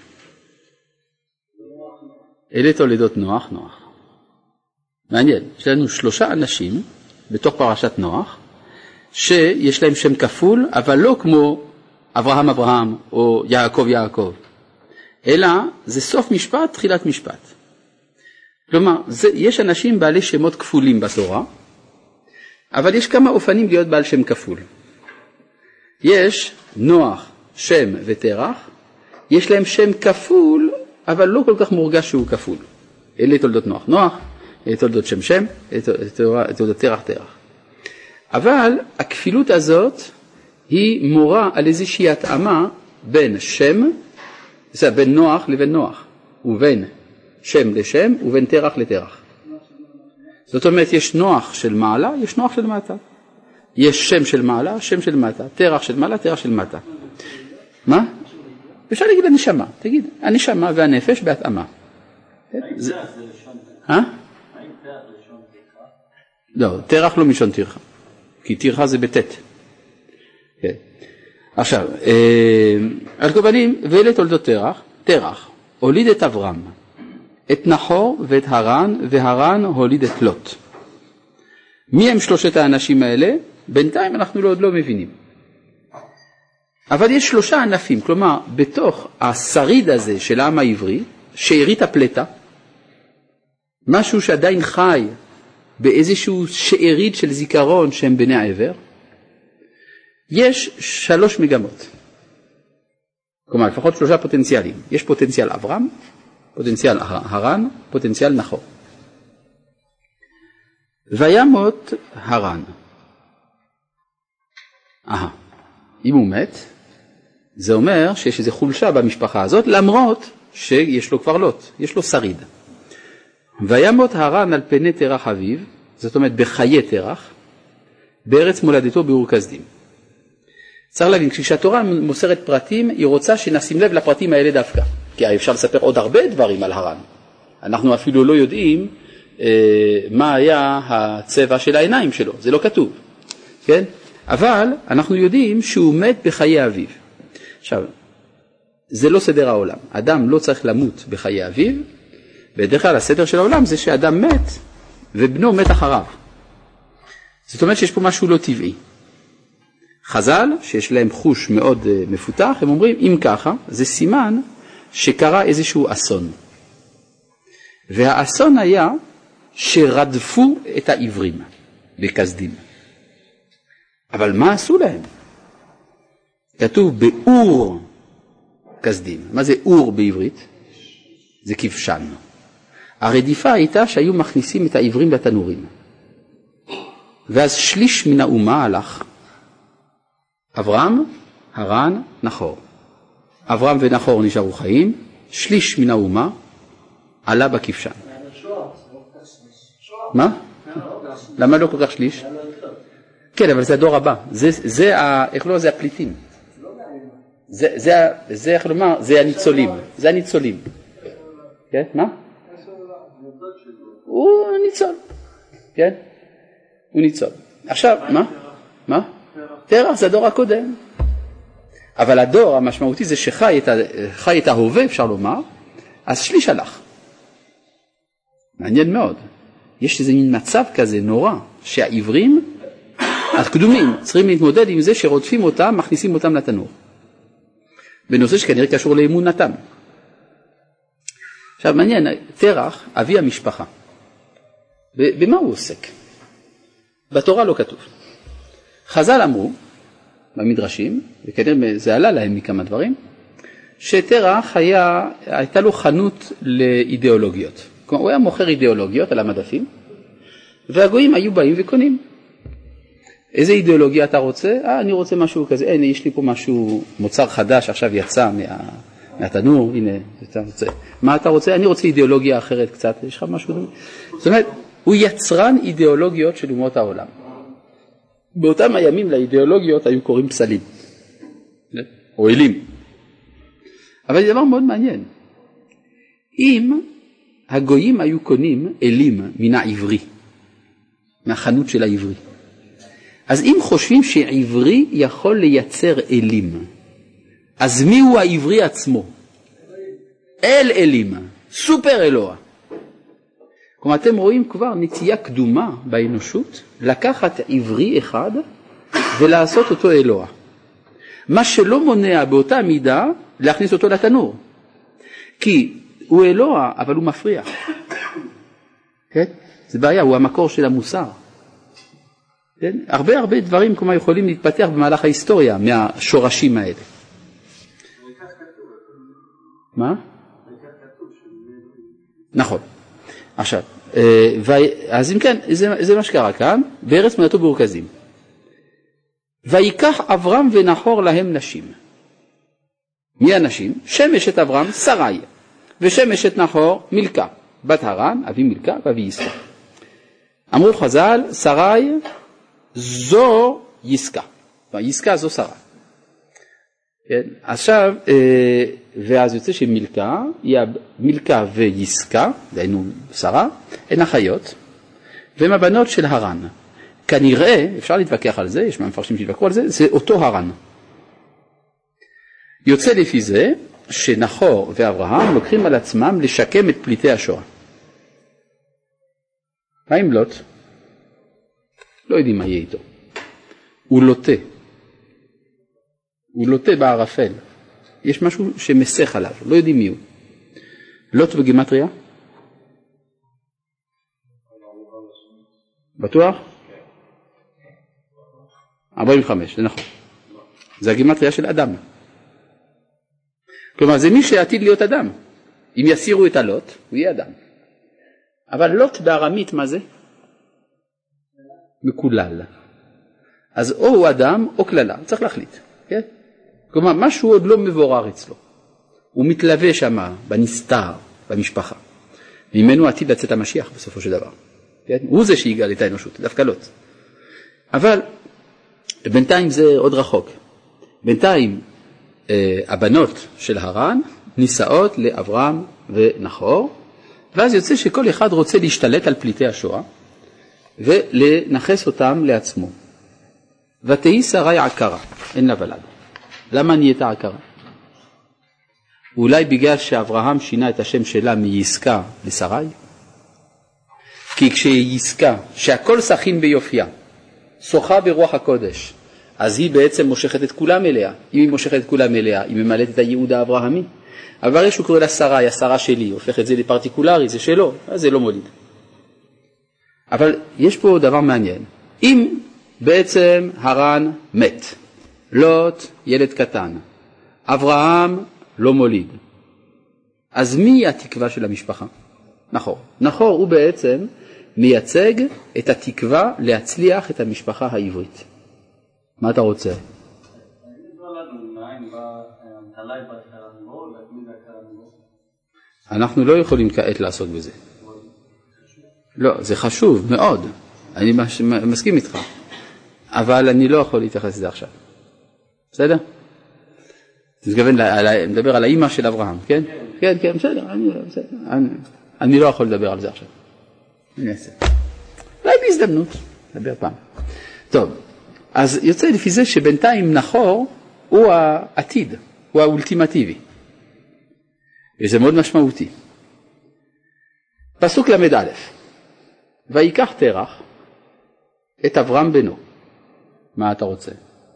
A: אלה תולדות נוח. מעניין, יש לנו 3 אנשים בתוך פרשת נוח, שיש להם שם כפול, אבל לא כמו אברהם או יעקב, אלא זה סוף משפט, תחילת משפט. כלומר, יש אנשים בעלי שמות כפולים בתורה, אבל יש כמה אופנים להיות בעל שם כפול. יש נוח, שם ותרח, יש להם שם כפול, אבל לא כל כך מורגש שהוא כפול. אלה תולדות נוח, אלה תולדות שם, אלה תולדות תרח. אבל הכפילות הזאת היא מורה על איזושהי התאמה בין שם, בין נוח לבין נוח, ובין שם לשם, ובין תרח לתרח. זאת אומרת, יש נוח של מעלה, יש נוח של מטה. יש שם של מעלה, שם של מטה, תרח של מעלה, תרח של מטה. מה? אפשר להגיד הנשמה, תגיד, הנשמה והנפש בהתאמה.
B: האם תרח זה לשון תרחה?
A: האם
B: תרח לשון תרחה?
A: לא, תרח לא משון תרחה, כי תרחה זה בתת. כן. עכשיו, על כל פנים, ואלה תולדות תרח הוליד את אברהם, את נחור ואת הרן, והרן הוליד את לוט. מי הם 3 האנשים האלה? בינתיים אנחנו עוד לא מבינים. אבל יש 3 ענפים, כלומר, בתוך השריד הזה של העם העברי, שארית הפלטה, משהו שעדיין חי באיזשהו שארית של זיכרון שהם בני העבר, יש 3 מגמות. כלומר, לפחות 3 פוטנציאלים. יש פוטנציאל אברהם, פוטנציאל הרן, פוטנציאל נחור. וימות הרן. אם הוא מת, זה אומר שיש איזו חולשה במשפחה הזאת, למרות שיש לו כבר לוט, יש לו שריד. וימות הרן על פני תרח אביו, זאת אומרת בחיי תרח, בארץ מולדתו באור כסדים. צריך להבין, כשהתורה מוסרת פרטים, היא רוצה שנשים לב לפרטים האלה דווקא. כי אפשר לספר עוד הרבה דברים על הרן. אנחנו אפילו לא יודעים מה היה הצבע של העיניים שלו, זה לא כתוב. כן? אבל אנחנו יודעים שהוא מת בחיי אביו. עכשיו, זה לא סדר העולם. אדם לא צריך למות בחיי אביו, בדרך כלל הסדר של העולם זה שאדם מת ובנו מת אחריו. זאת אומרת שיש פה משהו לא טבעי. חז"ל, שיש להם חוש מאוד מפותח, הם אומרים, אם ככה, זה סימן שקרה איזשהו אסון. והאסון היה שרדפו את העברים בכסדים. אבל מה עשו להם? כתוב באור כסדים. מה זה אור בעברית? זה כבשן. הרדיפה הייתה שהיו מכניסים את העברים לתנורים. ואז שליש מן האומה הלך. אברהם, הרן, נחור. אברהם ונחור נשארו חיים, שליש מן האומה עלה בכבשן. מה? למה לא כל כך שליש? כן, אבל זה הדור הבא. איך לא, זה הפליטים. זה, איך לומר, זה הניצולים. זה הניצולים. כן, מה? הוא ניצול. כן? הוא ניצול. עכשיו, מה? תרח זה הדור הקודם. אבל הדור המשמעותי זה שחי את ההווה, אפשר לומר, אז שליש הלך. מעניין מאוד. יש איזה מין מצב כזה נורא, שהעברים הקדומים צריכים להתמודד עם זה שרודפים אותם, מכניסים אותם לתנור. בנושא שכנראה קשור לאמונתם. עכשיו מעניין, תרח, אבי המשפחה. במה הוא עוסק? בתורה לא כתוב. חז"ל אמרו, במדרשים, וכנראה זה עלה להם מכמה דברים, שתרח הייתה לו חנות לאידיאולוגיות. כלומר, הוא היה מוכר אידיאולוגיות על המדפים, והגויים היו באים וקונים. איזה אידיאולוגיה אתה רוצה? אני רוצה משהו כזה, הנה, יש לי פה משהו, מוצר חדש, עכשיו יצא מהתנור, הנה, אתה רוצה. מה אתה רוצה? אני רוצה אידיאולוגיה אחרת קצת, יש לך משהו דומה? זאת אומרת, הוא יצרן אידיאולוגיות של אומות העולם. באותם הימים לאידיאולוגיות היו קוראים פסלים, או אלים. אבל זה דבר מאוד מעניין. אם הגויים היו קונים אלים מן העברי, מהחנות של העברי, אז אם חושבים שעברי יכול לייצר אלים, אז מי הוא העברי עצמו? אל אלים, סופר אלוה. כלומר, אתם רואים כבר נטייה קדומה באנושות, לקחת עברי אחד ולעשות אותו אלוה. מה שלא מונע באותה מידה להכניס אותו לתנור. כי הוא אלוה, אבל הוא מפריע. כן? זה בעיה, הוא המקור של המוסר. כן? הרבה דברים כלומר יכולים להתפתח במהלך ההיסטוריה מהשורשים האלה. מה? נכון. עכשיו, אז אם כן, זה מה שקרה כאן, בארץ מולדתו באורקזים. ויקח אברהם ונחור להם נשים. מי הנשים? שם אשת אברהם, שרי, ושם אשת נחור, מילכה, בת הרן, אבי מילכה ואבי יסקה. אמרו חז"ל, שרי זו יסקה. יסקה זו שרה. כן? עכשיו, ואז יוצא שמילכה, מילכה ויסקה, דהיינו שרה, הן אחיות, והן הבנות של הרן. כנראה, אפשר להתווכח על זה, יש מפרשים שהתווכחו על זה, זה אותו הרן. יוצא לפי זה שנחור ואברהם לוקחים על עצמם לשקם את פליטי השואה. מה עם לוט? לא יודעים מה יהיה איתו. הוא לוטה. הוא לוטה בערפל. יש משהו שמסך עליו, לא יודעים מי הוא. לוט בגימטריה? בטוח? 45, זה נכון. זה הגימטריה של אדם. כלומר, זה מי שעתיד להיות אדם. אם יסירו את הלוט, הוא יהיה אדם. אבל לוט בארמית, מה זה? מקולל. אז או הוא אדם או כללה, צריך להחליט. כן? כלומר, משהו עוד לא מבורר אצלו. הוא מתלווה שם בנסתר, במשפחה. ממנו עתיד לצאת המשיח בסופו של דבר. כן? הוא זה שיגאל את האנושות, דווקא לוט. אבל בינתיים זה עוד רחוק. בינתיים הבנות של הרן נישאות לאברהם ונחור, ואז יוצא שכל אחד רוצה להשתלט על פליטי השואה ולנחס אותם לעצמו. ותהי שרי עקרה, אין לה ולד. למה נהייתה עקרה? אולי בגלל שאברהם שינה את השם שלה מיסקה לשרי? כי כשהיא יסקה, שהכל שכין ביופייה, שוחה ברוח הקודש, אז היא בעצם מושכת את כולם אליה. אם היא מושכת את כולם אליה, היא ממלאת את הייעוד האברהמי. אבל יש שהוא קורא לה שרי, השרה שלי, הופך את זה לפרטיקולרי, זה שלו, אז זה לא מוליד. אבל יש פה דבר מעניין. אם בעצם הרן מת, לוט ילד קטן, אברהם לא מוליד, אז מי התקווה של המשפחה? נחור. נחור הוא בעצם מייצג את התקווה להצליח את המשפחה העברית. מה אתה רוצה? אנחנו לא יכולים כעת לעסוק בזה. לא, זה חשוב מאוד. אני מסכים איתך. אבל אני לא יכול להתייחס לזה עכשיו. בסדר? אתה מתכוון לדבר על האמא של אברהם, כן? כן, כן, בסדר. אני לא יכול לדבר על זה עכשיו. אני אעשה. אולי בהזדמנות. נדבר פעם. טוב. אז יוצא לפי זה שבינתיים נחור הוא העתיד, הוא האולטימטיבי. וזה מאוד משמעותי. פסוק למד א', ויקח תרח את אברהם בנו. מה אתה רוצה?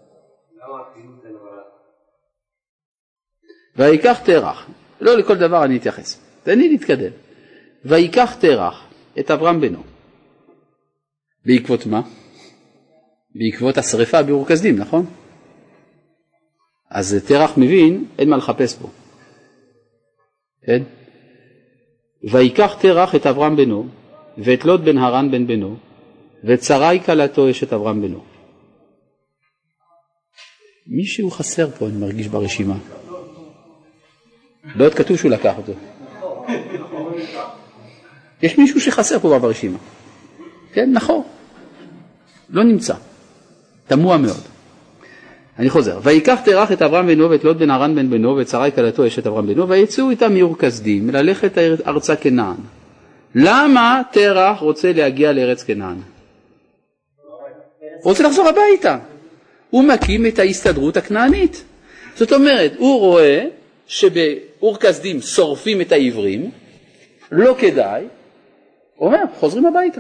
A: ויקח תרח, לא לכל דבר אני אתייחס, תן לי להתקדם. ויקח תרח את אברהם בנו. בעקבות מה? בעקבות השריפה באור כשדים, נכון? אז תרח מבין, אין מה לחפש פה. כן? ויקח תרח את אברהם בנו, ואת לוט בן הרן בן בנו, ואת שרי כלתו אשת אברהם בנו. מישהו חסר פה, אני מרגיש ברשימה. בעוד כתוב שהוא לקח אותו. יש מישהו שחסר פה ברשימה. כן, נכון. לא נמצא. תמוה מאוד. אני חוזר. ויקח תרח את אברהם בנו ואת לוט בן הרן בן בנו ואת שרי כלתו אשת אברהם בנו ויצאו איתם מאור כשדים ללכת ארצה כנען. למה תרח רוצה להגיע לארץ כנען? הוא רוצה לחזור הביתה. הוא מקים את ההסתדרות הכנענית. זאת אומרת, הוא רואה שבאור כשדים שורפים את העברים, לא כדאי, הוא אומר, חוזרים הביתה.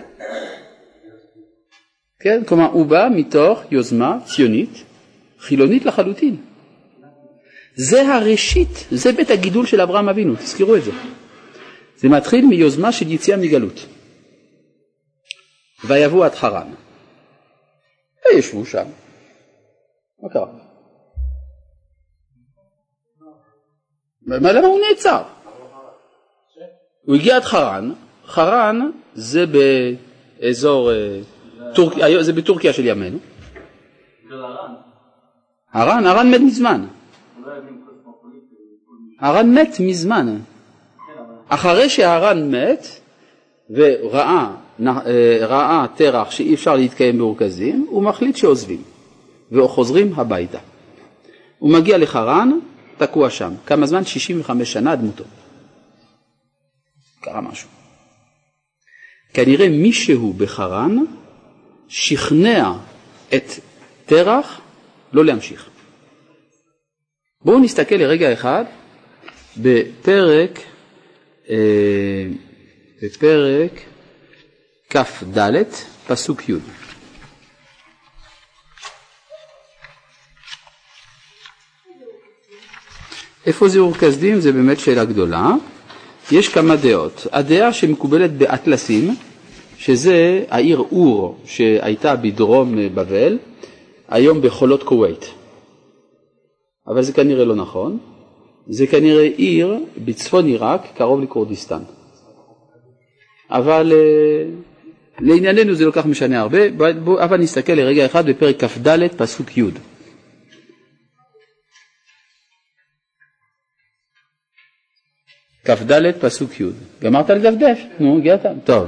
A: כן? כלומר, הוא בא מתוך יוזמה ציונית, חילונית לחלוטין. זה הראשית, זה בית הגידול של אברהם אבינו, תזכרו את זה. זה מתחיל מיוזמה של יציאה מגלות. ויבואו עד חרן. וישבו שם. מה קרה? למה הוא נעצר? הוא הגיע עד חרן. חרן זה באזור טורקיה, זה בטורקיה של ימינו. הרן מת מזמן. הרן מת מזמן. אחרי שהרן מת וראה תרח שאי אפשר להתקיים באור כשדים, הוא מחליט שעוזבים וחוזרים הביתה. הוא מגיע לחרן, תקוע שם. כמה זמן? 65 שנה דמותו. קרה משהו. כנראה מישהו בחרן שכנע את תרח לא להמשיך. בואו נסתכל לרגע אחד בפרק כ"ד פסוק י'. איפה זה אור כשדים? זה באמת שאלה גדולה. יש כמה דעות. הדעה שמקובלת באטלסים, שזה העיר אור שהייתה בדרום בבל, היום בחולות כווית. אבל זה כנראה לא נכון. זה כנראה עיר בצפון עיראק, קרוב לכורדיסטן. אבל לענייננו זה לא כך משנה הרבה, אבל נסתכל לרגע אחד בפרק כ"ד פסוק י'. כ"ד פסוק י'. גמרת לדפדף? נו, הגעת? טוב.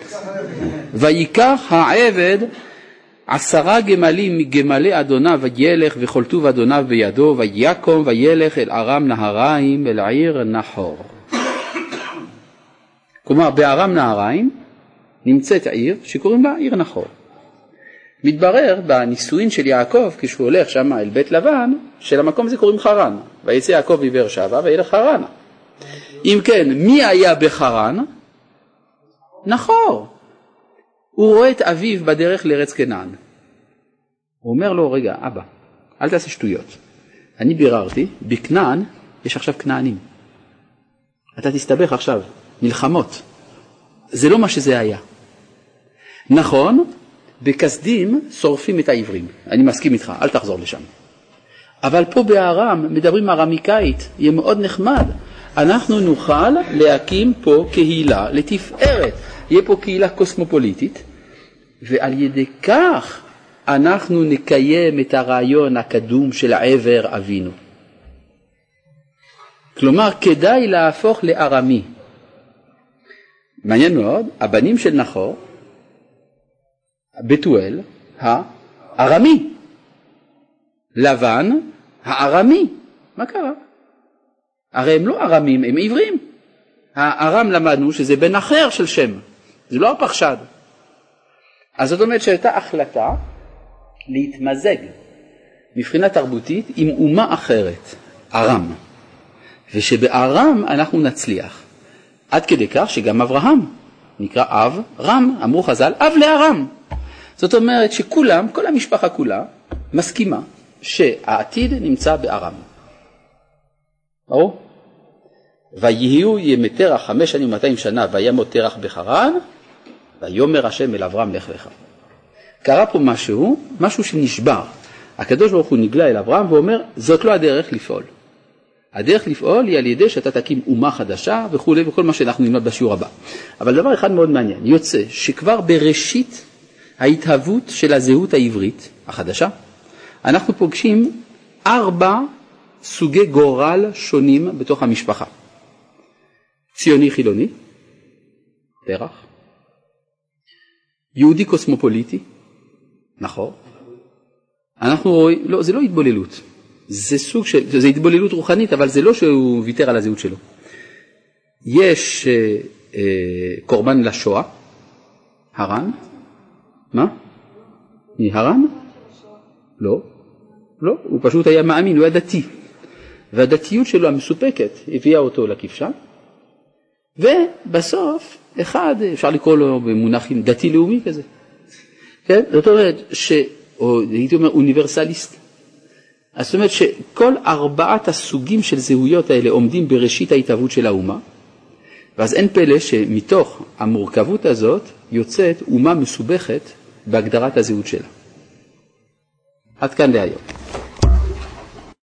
A: ויקח העבד 10 גמלים מגמלי אדוניו וילך וכל טוב אדוניו בידו ויקום וילך אל ארם נהריים אל העיר נחור. כלומר בארם נהריים נמצאת עיר שקוראים לה עיר נחור. מתברר בנישואין של יעקב כשהוא הולך שם אל בית לבן שלמקום זה קוראים חרן. ויצא יעקב מבאר שבע וילך חרנה. אם כן, מי היה בחרן? נחור. הוא רואה את אביו בדרך לארץ כנען. הוא אומר לו, רגע, אבא, אל תעשה שטויות. אני ביררתי, בכנען יש עכשיו כנענים. אתה תסתבך עכשיו, מלחמות. זה לא מה שזה היה. נכון, בכסדים שורפים את העברים, אני מסכים איתך, אל תחזור לשם. אבל פה בארם מדברים ארמיקאית, יהיה מאוד נחמד. אנחנו נוכל להקים פה קהילה לתפארת, יהיה פה קהילה קוסמופוליטית, ועל ידי כך אנחנו נקיים את הרעיון הקדום של עבר אבינו. כלומר, כדאי להפוך לארמי. מעניין מאוד, הבנים של נחור, בתואל, הארמי. לבן, הארמי. מה קרה? הרי הם לא ארמים, הם עברים. הארם למדנו שזה בן אחר של שם, זה לא הפחשד. אז זאת אומרת שהייתה החלטה להתמזג מבחינה תרבותית עם אומה אחרת, ארם. ושבארם אנחנו נצליח. עד כדי כך שגם אברהם נקרא אב רם, אמרו חז"ל, אב לארם. זאת אומרת שכולם, כל המשפחה כולה, מסכימה שהעתיד נמצא בארם. ברור? ויהיו ימי תרח 5 שנים ו200 שנה וימות תרח בחרן, ויאמר השם אל אברהם לך לך. קרה פה משהו שנשבר. הקדוש ברוך הוא נגלה אל אברהם ואומר, זאת לא הדרך לפעול. הדרך לפעול היא על ידי שאתה תקים אומה חדשה וכו' וכל מה שאנחנו נלמד בשיעור הבא. אבל דבר אחד מאוד מעניין, יוצא שכבר בראשית ההתהוות של הזהות העברית החדשה, אנחנו פוגשים 4 סוגי גורל שונים בתוך המשפחה. ציוני חילוני, תרח, יהודי קוסמופוליטי, נכון. אנחנו רואים, לא, זה לא התבוללות. זה סוג של, זה התבוללות רוחנית, אבל זה לא שהוא ויתר על הזהות שלו. יש קורבן לשואה, הרן. מה? מי הרן? לא. לא, הוא פשוט היה מאמין, הוא היה דתי. והדתיות שלו המסופקת הביאה אותו לכבשן. ובסוף, אחד, אפשר לקרוא לו במונחים דתי לאומי כזה. כן? זאת אומרת, או הייתי אומר אוניברסליסט. אז זאת אומרת שכל 4 הסוגים של זהויות האלה עומדים בראשית ההתהוות של האומה, ואז אין פלא שמתוך המורכבות הזאת יוצאת אומה מסובכת בהגדרת הזהות שלה. עד כאן להיום.